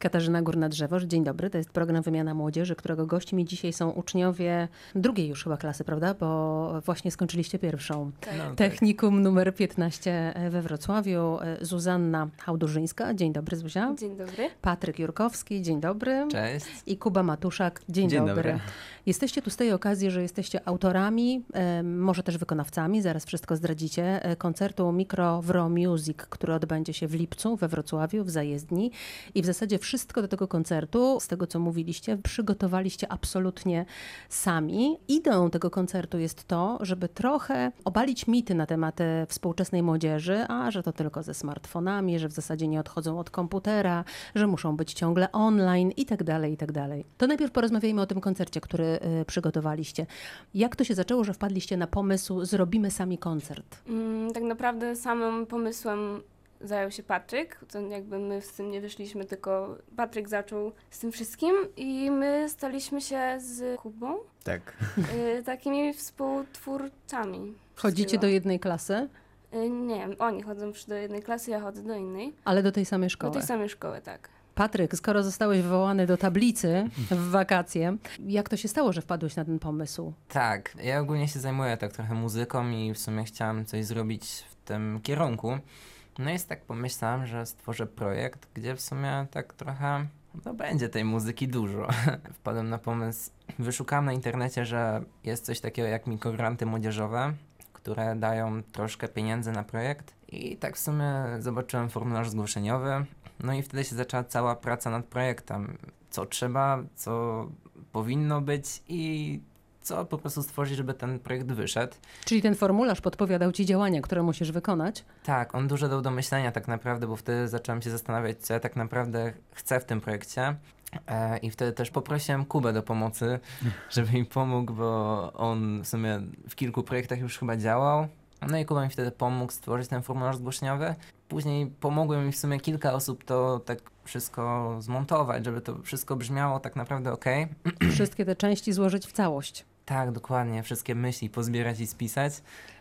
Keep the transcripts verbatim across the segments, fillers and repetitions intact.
Katarzyna Górna-Drzewoż, dzień dobry. To jest program Wymiana Młodzieży, którego gośćmi dzisiaj są uczniowie drugiej już chyba klasy, prawda? Bo właśnie skończyliście pierwszą. Tak. No, Technikum tak. numer piętnaście we Wrocławiu. Zuzanna Hałdurzyńska, dzień dobry Zuzia. Dzień dobry. Patryk Jurkowski, dzień dobry. Cześć. I Kuba Matuszak, dzień, dzień dobry. dobry. Jesteście tu z tej okazji, że jesteście autorami, e, może też wykonawcami, zaraz wszystko zdradzicie, e, koncertu Micro Wro Music, który odbędzie się w lipcu we Wrocławiu, w zajezdni. I w zasadzie wszystko do tego koncertu, z tego co mówiliście, przygotowaliście absolutnie sami. Ideą tego koncertu jest to, żeby trochę obalić mity na temat współczesnej młodzieży, a że to tylko ze smartfonami, że w zasadzie nie odchodzą od komputera, że muszą być ciągle online i tak dalej, i tak dalej. To najpierw porozmawiajmy o tym koncercie, który y, przygotowaliście. Jak to się zaczęło, że wpadliście na pomysł, zrobimy sami koncert? Mm, tak naprawdę samym pomysłem zajął się Patryk, to jakby my z tym nie wyszliśmy, tylko Patryk zaczął z tym wszystkim i my staliśmy się z Kubą Tak. y, takimi współtwórcami. Chodzicie do jednej klasy, Y, nie, oni chodzą do jednej klasy, ja chodzę do innej. ale do tej samej szkoły. Do tej samej szkoły, tak. Patryk, skoro zostałeś wywołany do tablicy w wakacje, jak to się stało, że wpadłeś na ten pomysł? Tak, ja ogólnie się zajmuję tak trochę muzyką i w sumie chciałem coś zrobić w tym kierunku. No i tak pomyślałem, że stworzę projekt, gdzie w sumie tak trochę, no będzie tej muzyki dużo. Wpadłem na pomysł, wyszukałem na internecie, że jest coś takiego jak mikrogranty młodzieżowe, które dają troszkę pieniędzy na projekt i tak w sumie zobaczyłem formularz zgłoszeniowy, no i wtedy się zaczęła cała praca nad projektem. Co trzeba, co powinno być i co po prostu stworzyć, żeby ten projekt wyszedł. Czyli ten formularz podpowiadał ci działania, które musisz wykonać? Tak, on dużo dał do myślenia tak naprawdę, bo wtedy zacząłem się zastanawiać, co ja tak naprawdę chcę w tym projekcie. E, I wtedy też poprosiłem Kubę do pomocy, żeby mi pomógł, bo on w sumie w kilku projektach już chyba działał. No i Kuba mi wtedy pomógł stworzyć ten formularz zgłoszeniowy. Później pomogło mi w sumie kilka osób to tak wszystko zmontować, żeby to wszystko brzmiało tak naprawdę okej. Wszystkie te części złożyć w całość. Tak, dokładnie. Wszystkie myśli pozbierać i spisać.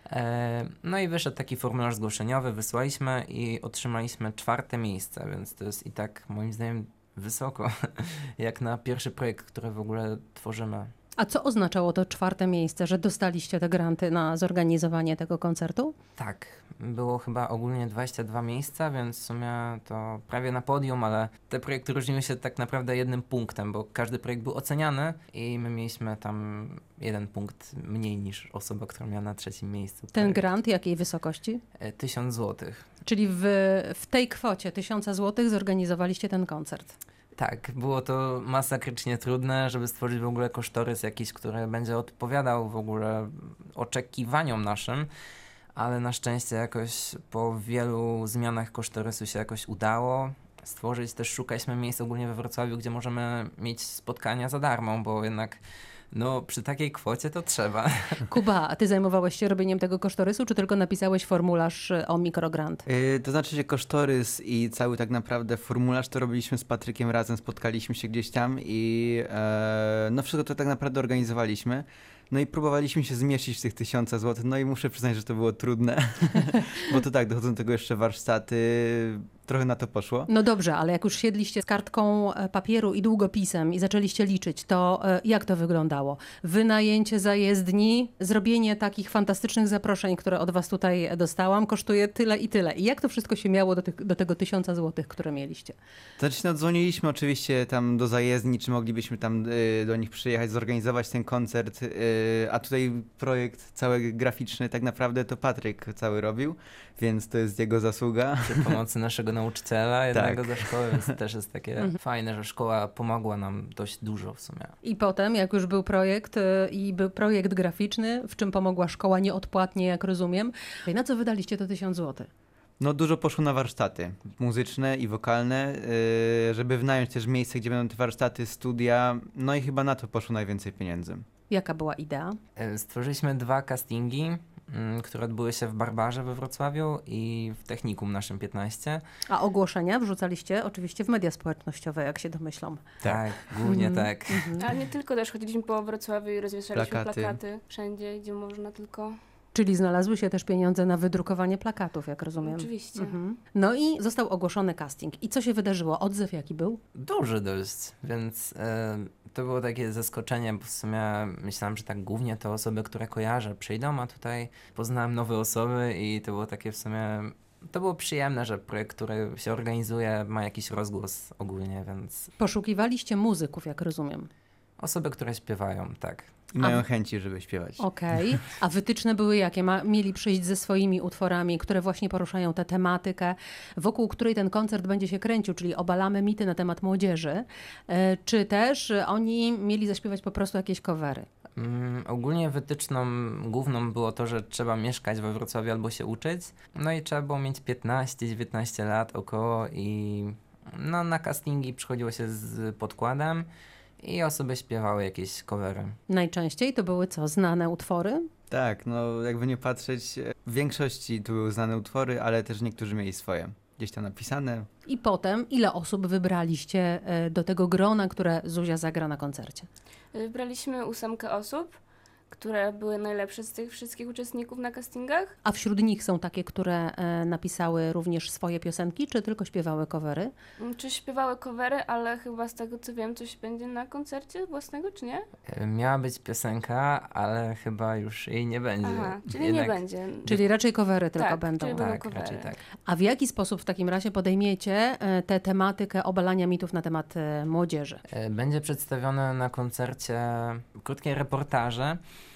E, no i wyszedł taki formularz zgłoszeniowy, wysłaliśmy i otrzymaliśmy czwarte miejsce, więc to jest i tak moim zdaniem wysoko, jak na pierwszy projekt, który w ogóle tworzymy. A co oznaczało to czwarte miejsce, że dostaliście te granty na zorganizowanie tego koncertu? Tak, było chyba ogólnie dwadzieścia dwa miejsca, więc w sumie to prawie na podium, ale te projekty różniły się tak naprawdę jednym punktem, bo każdy projekt był oceniany i my mieliśmy tam jeden punkt mniej niż osoba, która miała na trzecim miejscu. Ten projekt. grant jakiej wysokości? E, Tysiąc złotych. Czyli w, w tej kwocie tysiąca złotych zorganizowaliście ten koncert. Tak, było to masakrycznie trudne, żeby stworzyć w ogóle kosztorys jakiś, który będzie odpowiadał w ogóle oczekiwaniom naszym, ale na szczęście jakoś po wielu zmianach kosztorysu się jakoś udało stworzyć. Też szukaliśmy miejsc ogólnie we Wrocławiu, gdzie możemy mieć spotkania za darmo, bo jednak no przy takiej kwocie to trzeba. Kuba, a ty zajmowałeś się robieniem tego kosztorysu, czy tylko napisałeś formularz o mikrogrant? Yy, to znaczy się kosztorys i cały tak naprawdę formularz to robiliśmy z Patrykiem razem, spotkaliśmy się gdzieś tam i e, no wszystko to tak naprawdę organizowaliśmy. No i próbowaliśmy się zmieścić w tych tysiąca złotych, no i muszę przyznać, że to było trudne, bo to tak, dochodzą do tego jeszcze warsztaty, trochę na to poszło. No dobrze, ale jak już siedliście z kartką papieru i długopisem i zaczęliście liczyć, to jak to wyglądało? Wynajęcie zajezdni, zrobienie takich fantastycznych zaproszeń, które od was tutaj dostałam, kosztuje tyle i tyle. I jak to wszystko się miało do, tych, do tego tysiąca złotych, które mieliście? To znaczy, no, dzwoniliśmy oczywiście tam do zajezdni, czy moglibyśmy tam y, do nich przyjechać, zorganizować ten koncert, y, a tutaj projekt cały graficzny tak naprawdę to Patryk cały robił, więc to jest jego zasługa. Przy pomocy naszego nauczyciela, jednego Tak. ze szkoły, więc to też jest takie fajne, że szkoła pomogła nam dość dużo w sumie. I potem, jak już był projekt y, i był projekt graficzny, w czym pomogła szkoła nieodpłatnie, jak rozumiem, na co wydaliście to tysiąc złotych? No dużo poszło na warsztaty muzyczne i wokalne, yy, żeby wynająć też miejsce, gdzie będą te warsztaty, studia, no i chyba na to poszło najwięcej pieniędzy. Jaka była idea? E, Stworzyliśmy dwa castingi, m, które odbyły się w Barbarze we Wrocławiu i w Technikum naszym piętnaście. A ogłoszenia wrzucaliście oczywiście w media społecznościowe, jak się domyślam. Tak, głównie Mhm. tak. Ale nie tylko, też chodziliśmy po Wrocławiu i rozwieszaliśmy Plakaty. plakaty wszędzie, gdzie można tylko Czyli znalazły się też pieniądze na wydrukowanie plakatów, jak rozumiem. Oczywiście. Mhm. No i został ogłoszony casting. I co się wydarzyło? Odzew jaki był? Duży dość, więc e, to było takie zaskoczenie, bo w sumie myślałem, że tak głównie to osoby, które kojarzę, przyjdą, a tutaj poznałem nowe osoby i to było takie w sumie, to było przyjemne, że projekt, który się organizuje, ma jakiś rozgłos ogólnie, więc Poszukiwaliście muzyków, jak rozumiem. osoby, które śpiewają, tak. I mają A- chęci, żeby śpiewać. Okej. A wytyczne były jakie? Ma, mieli przyjść ze swoimi utworami, które właśnie poruszają tę tematykę, wokół której ten koncert będzie się kręcił, czyli obalamy mity na temat młodzieży. E, czy też oni mieli zaśpiewać po prostu jakieś covery? Mm, ogólnie wytyczną główną było to, że trzeba mieszkać we Wrocławiu albo się uczyć. No i trzeba było mieć piętnaście dziewiętnaście lat około i no, na castingi przychodziło się z podkładem i osoby śpiewały jakieś covery. Najczęściej to były co? Znane utwory? Tak, no jakby nie patrzeć, e, w większości to były znane utwory, ale też niektórzy mieli swoje. Gdzieś tam napisane. I potem ile osób wybraliście e, do tego grona, które Zuzia zagra na koncercie? Wybraliśmy ósemkę osób, które były najlepsze z tych wszystkich uczestników na castingach. A wśród nich są takie, które e, napisały również swoje piosenki, czy tylko śpiewały covery? Mm, Czy śpiewały covery, ale chyba z tego co wiem, coś będzie na koncercie własnego, czy nie? E, Miała być piosenka, ale chyba już jej nie będzie. Aha, czyli Jednak- nie będzie. Czyli raczej covery tylko Tak, będą. czyli będą Tak, covery. raczej tak. A w jaki sposób w takim razie podejmiecie e, tę tematykę obalania mitów na temat e, młodzieży? E, Będzie przedstawione na koncercie krótkie reportaże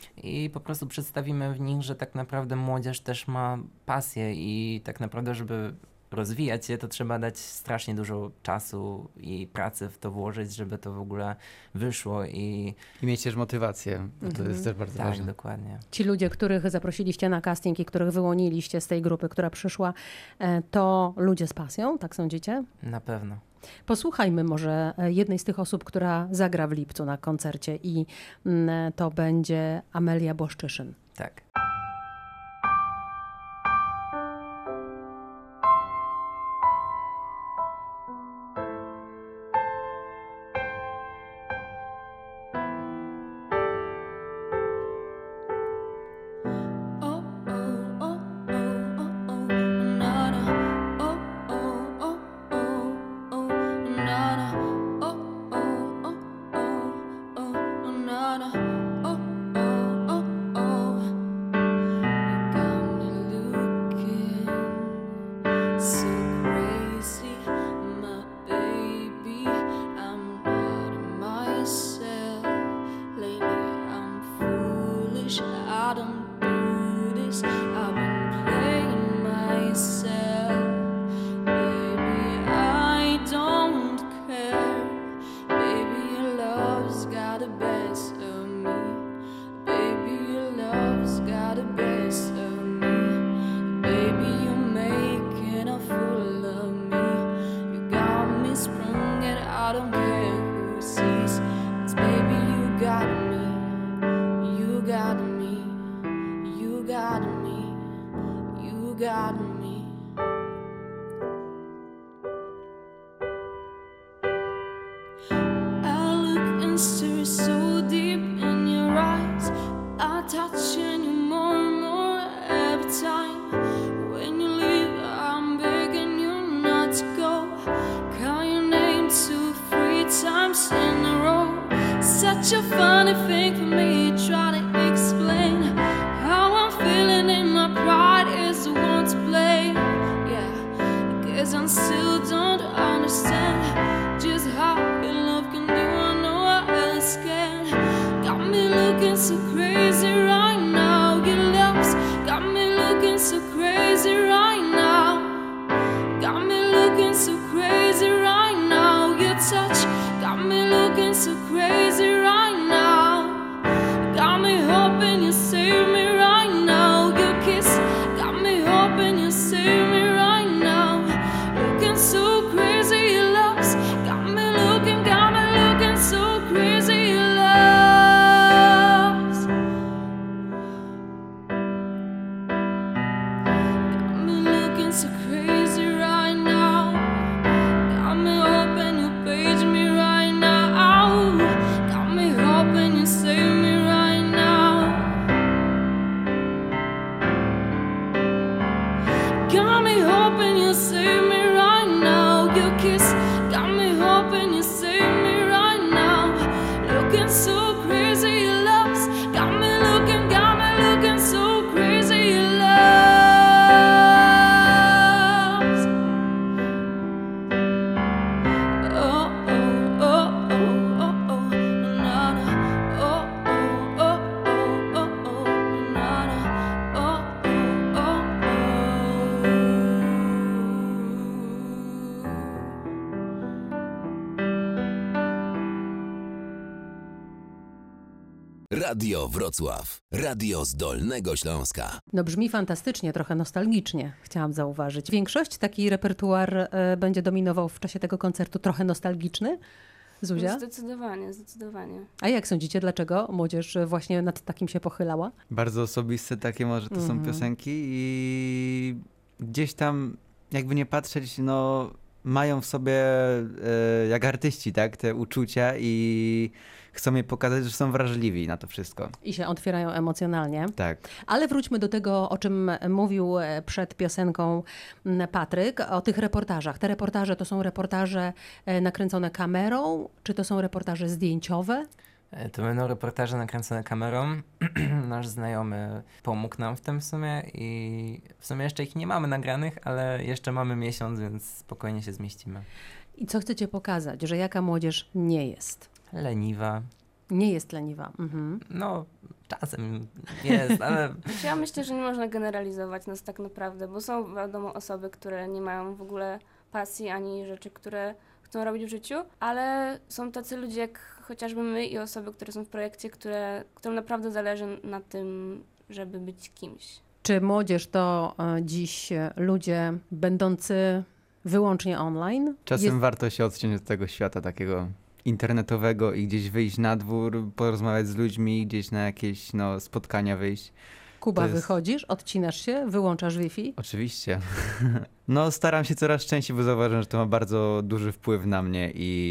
i po prostu przedstawimy w nich, że tak naprawdę młodzież też ma pasję i tak naprawdę, żeby rozwijać się, to trzeba dać strasznie dużo czasu i pracy w to włożyć, żeby to w ogóle wyszło i I mieć też motywację, bo to Mhm. jest też bardzo tak, ważne. dokładnie. Ci ludzie, których zaprosiliście na casting i których wyłoniliście z tej grupy, która przyszła, e, to ludzie z pasją, tak sądzicie? Na pewno. Posłuchajmy może e, jednej z tych osób, która zagra w lipcu na koncercie i mm, to będzie Amelia Błaszczyszyn. Tak. Oh oh oh oh oh oh na na oh oh oh oh oh na na oh oh oh oh oh na na oh oh oh oh. You got me looking so crazy, my baby. I'm not myself lately. I'm foolish. I don't do this. I've been playing myself, baby. I don't care, baby. Your love's got the best of me, baby. Your love's got the best of me, baby. You're making a fool of me. You got me sprung and I don't care who sees. 'Cause baby, you got me. You got me, you got me, you got me. I look and stare so deep in your eyes. I touch you more and more every time. When you leave, I'm begging you not to go. Call your name too free Radio Wrocław. Radio z Dolnego Śląska. No brzmi fantastycznie, trochę nostalgicznie, chciałam zauważyć. Większość taki repertuar e, będzie dominował w czasie tego koncertu trochę nostalgiczny? Zuzia? Zdecydowanie, zdecydowanie. A jak sądzicie, dlaczego młodzież właśnie nad takim się pochylała? Bardzo osobiste takie może to są Mhm. piosenki i gdzieś tam jakby nie patrzeć, no mają w sobie e, jak artyści, tak, te uczucia i chcą je pokazać, że są wrażliwi na to wszystko. I się otwierają emocjonalnie. Tak. Ale wróćmy do tego, o czym mówił e, przed piosenką m, Patryk, o tych reportażach. Te reportaże to są reportaże e, nakręcone kamerą, czy to są reportaże zdjęciowe? E, To będą reportaże nakręcone kamerą. Nasz znajomy pomógł nam w tym w sumie i w sumie jeszcze ich nie mamy nagranych, ale jeszcze mamy miesiąc, więc spokojnie się zmieścimy. I co chcecie pokazać? Że jaka młodzież nie jest? Leniwa. Nie jest leniwa. Mhm. No, czasem jest, ale Znaczy, ja myślę, że nie można generalizować nas tak naprawdę, bo są wiadomo osoby, które nie mają w ogóle pasji ani rzeczy, które chcą robić w życiu, ale są tacy ludzie jak chociażby my i osoby, które są w projekcie, które, którym naprawdę zależy na tym, żeby być kimś. Czy młodzież to e, dziś e, ludzie będący wyłącznie online? Czasem Jest- warto się odciąć od tego świata takiego internetowego i gdzieś wyjść na dwór, porozmawiać z ludźmi, gdzieś na jakieś no, spotkania wyjść. Kuba, to jest- wychodzisz, odcinasz się, wyłączasz Wi-Fi? Oczywiście. No staram się coraz częściej, bo zauważam, że to ma bardzo duży wpływ na mnie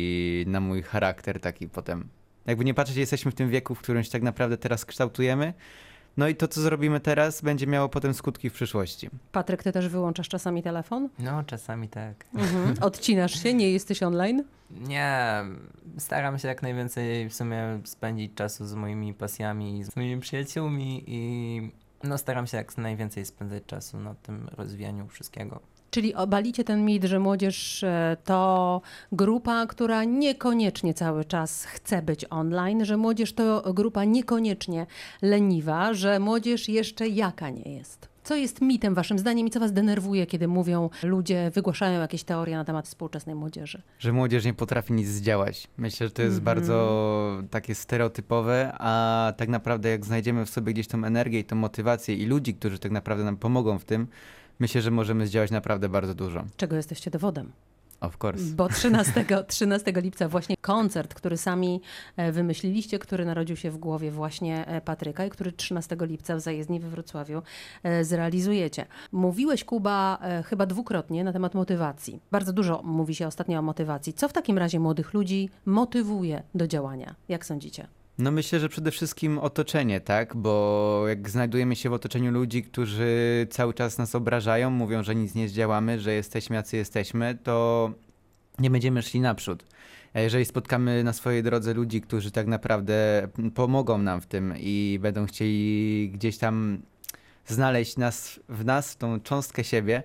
i na mój charakter taki potem. Jakby nie patrzeć, jesteśmy w tym wieku, w którym się tak naprawdę teraz kształtujemy. No i to, co zrobimy teraz, będzie miało potem skutki w przyszłości. Patryk, ty też wyłączasz czasami telefon? no czasami tak. Mhm. Odcinasz się, nie jesteś online? Nie, staram się jak najwięcej w sumie spędzić czasu z moimi pasjami, z moimi przyjaciółmi i no staram się jak najwięcej spędzać czasu na tym rozwijaniu wszystkiego. Czyli obalicie ten mit, że młodzież e, to grupa, która niekoniecznie cały czas chce być online, że młodzież to grupa niekoniecznie leniwa, że młodzież jeszcze jaka nie jest. Co jest mitem waszym zdaniem i co was denerwuje, kiedy mówią ludzie, wygłaszają jakieś teorie na temat współczesnej młodzieży? Że młodzież nie potrafi nic zdziałać. Myślę, że to jest Mhm. bardzo takie stereotypowe, a tak naprawdę jak znajdziemy w sobie gdzieś tą energię i tą motywację i ludzi, którzy tak naprawdę nam pomogą w tym, myślę, że możemy zdziałać naprawdę bardzo dużo. Czego jesteście dowodem? Of course. Bo trzynastego, trzynastego lipca właśnie koncert, który sami e, wymyśliliście, który narodził się w głowie właśnie e, Patryka i który trzynastego lipca w Zajezdni we Wrocławiu e, zrealizujecie. Mówiłeś, Kuba, e, chyba dwukrotnie na temat motywacji. Bardzo dużo mówi się ostatnio o motywacji. Co w takim razie młodych ludzi motywuje do działania? Jak sądzicie? No myślę, że przede wszystkim otoczenie, tak? Bo jak znajdujemy się w otoczeniu ludzi, którzy cały czas nas obrażają, mówią, że nic nie zdziałamy, że jesteśmy jacy jesteśmy, to nie będziemy szli naprzód. A jeżeli spotkamy na swojej drodze ludzi, którzy tak naprawdę pomogą nam w tym i będą chcieli gdzieś tam znaleźć nas, w nas, tą cząstkę siebie,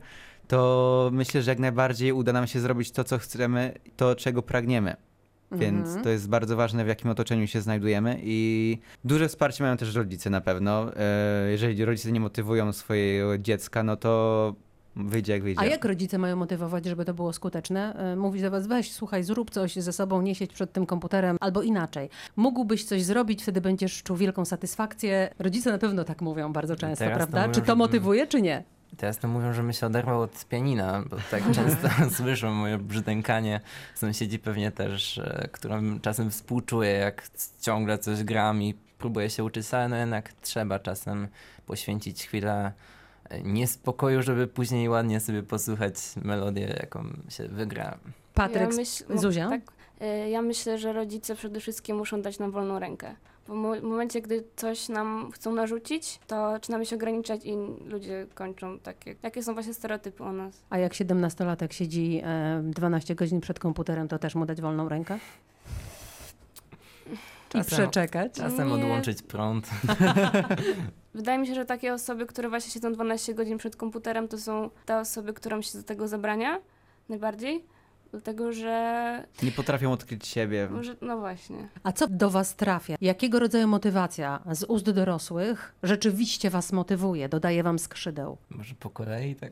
to myślę, że jak najbardziej uda nam się zrobić to, co chcemy, to, czego pragniemy. Więc Mhm. to jest bardzo ważne, w jakim otoczeniu się znajdujemy i duże wsparcie mają też rodzice na pewno. E, Jeżeli rodzice nie motywują swojego dziecka, no to wyjdzie jak wyjdzie. A jak rodzice mają motywować, żeby to było skuteczne? E, Mówi do was, weź, słuchaj, zrób coś ze sobą, nie siedź przed tym komputerem, albo inaczej. Mógłbyś coś zrobić, wtedy będziesz czuł wielką satysfakcję. Rodzice na pewno tak mówią bardzo często, Teraz to prawda? mówią, Czy to żeby- motywuje, czy nie? Teraz to mówią, że my się oderwał od pianina, bo tak często słyszą moje brzdękanie. Sąsiedzi pewnie też, e, którym czasem współczuję, jak ciągle coś gram i próbuję się uczyć, ale no jednak trzeba czasem poświęcić chwilę e, niespokoju, żeby później ładnie sobie posłuchać melodię, jaką się wygra. Patryk, Ja myśl, mo- Zuzia? Tak, y, ja myślę, że rodzice przede wszystkim muszą dać nam wolną rękę. Bo mo- w momencie, gdy coś nam chcą narzucić, to zaczynamy się ograniczać i ludzie kończą takie. Jakie są właśnie stereotypy o nas? A jak siedemnastolatek siedzi e, dwanaście godzin przed komputerem, to też mu dać wolną rękę? I Czasem- przeczekać? Czasem Nie. odłączyć prąd. Wydaje mi się, że takie osoby, które właśnie siedzą dwanaście godzin przed komputerem, to są te osoby, którym się do tego zabrania najbardziej. Dlatego, że, Nie potrafią odkryć siebie. może, no właśnie. A co do was trafia? Jakiego rodzaju motywacja z ust dorosłych rzeczywiście was motywuje, dodaje wam skrzydeł? Może po kolei, tak?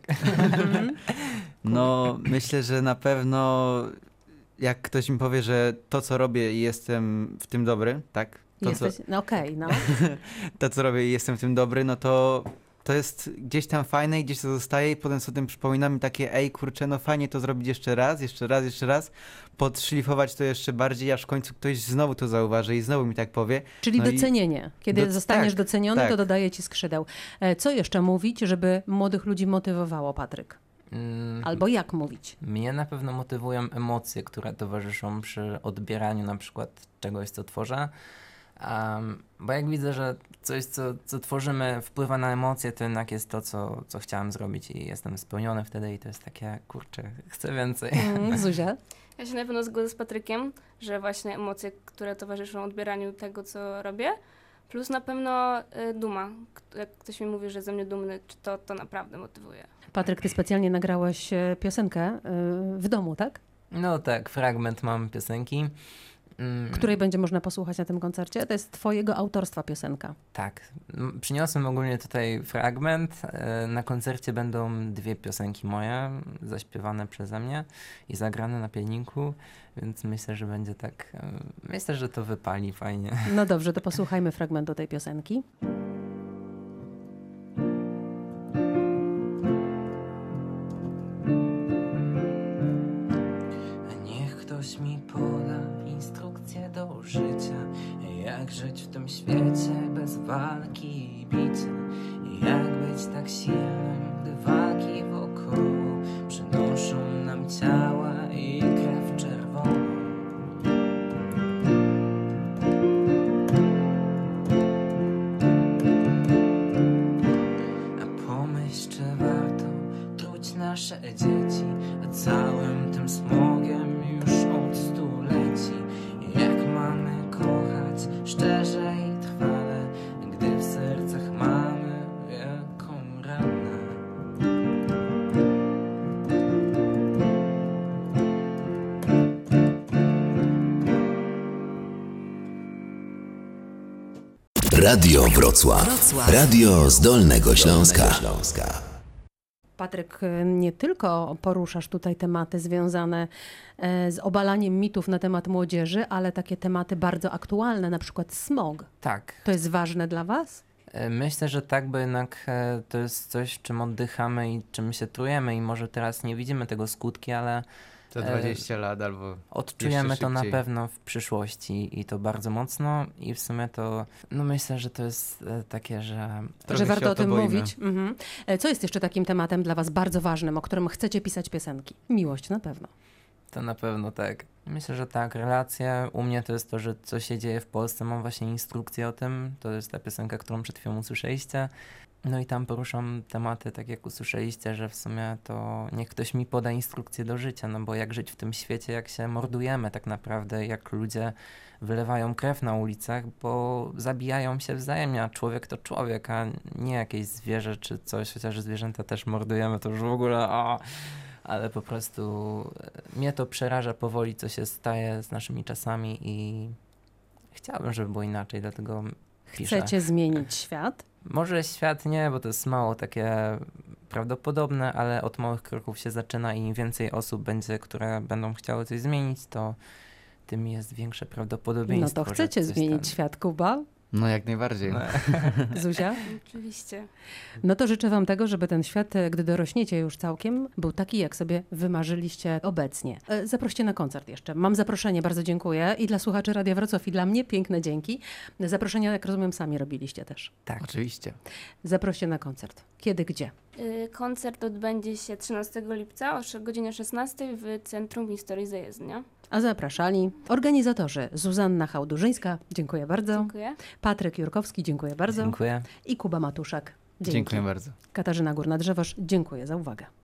No myślę, że na pewno jak ktoś mi powie, że to co robię i jestem w tym dobry, tak? to, co, Jesteś, no okej, no. to, co robię i jestem w tym dobry, no to to jest gdzieś tam fajne i gdzieś to zostaje i potem sobie o tym przypominam i takie, ej kurczę, no fajnie to zrobić jeszcze raz, jeszcze raz, jeszcze raz, podszlifować to jeszcze bardziej, aż w końcu ktoś znowu to zauważy i znowu mi tak powie. Czyli No i- docenienie. Kiedy Doc- zostaniesz tak, doceniony, tak. to dodaje ci skrzydeł. E, Co jeszcze mówić, żeby młodych ludzi motywowało, Patryk? Mm, Albo jak mówić? Mnie na pewno motywują emocje, które towarzyszą przy odbieraniu na przykład czegoś, co tworzę. Um, bo jak widzę, że coś, co, co tworzymy, wpływa na emocje, to jednak jest to, co, co chciałem zrobić i jestem spełniony wtedy i to jest takie, kurczę, chcę więcej. Mm, Zuzia? Ja się na pewno zgodzę z Patrykiem, że właśnie emocje, które towarzyszą odbieraniu tego, co robię, plus na pewno y, duma. K- Jak ktoś mi mówi, że ze mnie dumny, czy to, to naprawdę motywuje. Patryk, ty specjalnie nagrałeś e, piosenkę e, w domu, tak? No tak, fragment mam piosenki. Mm, Której będzie można posłuchać na tym koncercie. To jest twojego autorstwa piosenka. Tak. M, Przyniosłem ogólnie tutaj fragment. E, Na koncercie będą dwie piosenki moje, zaśpiewane przeze mnie i zagrane na pianinku, więc myślę, że będzie tak, e, myślę, że to wypali fajnie. No dobrze, to posłuchajmy fragmentu tej piosenki. Niech ktoś mi poda instrukcję do życia, jak żyć w tym świecie bez walki i bicia, jak być tak silnym, gdy walki wokoło przynoszą nam ciała i krew czerwoną. A pomyśl, czy warto truć nasze dzieci, a całym tym smogiem już od stuleci. Jak mamy kochać szczerze i trwale, gdy w sercach mamy wielką ranę. Radio Wrocław. Radio z Dolnego Śląska. Patryk, e, nie tylko poruszasz tutaj tematy związane e, z obalaniem mitów na temat młodzieży, ale takie tematy bardzo aktualne, na przykład smog. Tak. To jest ważne dla was? E, Myślę, że tak, bo jednak e, to jest coś, czym oddychamy i czym się trujemy i może teraz nie widzimy tego skutki, ale Za dwadzieścia lat albo odczujemy jeszcze to na szybciej. pewno w przyszłości i to bardzo mocno i w sumie to, no myślę, że to jest e, takie, że Trochę że się warto o o to tym boimy. mówić. Mhm. E, Co jest jeszcze takim tematem dla was bardzo ważnym, o którym chcecie pisać piosenki? Miłość na pewno. to na pewno tak. Myślę, że tak, relacje. U mnie to jest to, że co się dzieje w Polsce, mam właśnie instrukcję o tym. To jest ta piosenka, którą przed chwilą usłyszeliście. No i tam poruszam tematy, tak jak usłyszeliście, że w sumie to niech ktoś mi poda instrukcję do życia, no bo jak żyć w tym świecie, jak się mordujemy tak naprawdę, jak ludzie wylewają krew na ulicach, bo zabijają się wzajemnie, a człowiek to człowiek, a nie jakieś zwierzę czy coś, chociaż zwierzęta też mordujemy, to już w ogóle o, ale po prostu e, mnie to przeraża powoli, co się staje z naszymi czasami i chciałbym, żeby było inaczej, dlatego piszę. Chcecie zmienić świat? Może świat nie, bo to jest mało takie prawdopodobne, ale od małych kroków się zaczyna i im więcej osób będzie, które będą chciały coś zmienić, to tym jest większe No prawdopodobieństwo. to że chcecie coś zmienić tam- świat, Kuba? No jak najbardziej. No. Zuzia? Oczywiście. No to życzę wam tego, żeby ten świat, e, gdy dorośniecie już całkiem, był taki, jak sobie wymarzyliście obecnie. E, Zaproście na koncert jeszcze. Mam zaproszenie, bardzo dziękuję. I dla słuchaczy Radia Wrocław, i dla mnie piękne dzięki. Zaproszenia, jak rozumiem, sami robiliście też. Tak. Oczywiście. Zaproście na koncert. Kiedy, gdzie? Y, Koncert odbędzie się trzynastego lipca o sze- godzinie szesnastej w Centrum Historii Zajezdnia. A zapraszali organizatorzy Zuzanna Hałdurzyńska, dziękuję bardzo. Dziękuję. Patryk Jurkowski, dziękuję bardzo. Dziękuję. I Kuba Matuszak. Dzięki. Dziękuję bardzo. Katarzyna Górna-Drzewosz, dziękuję za uwagę.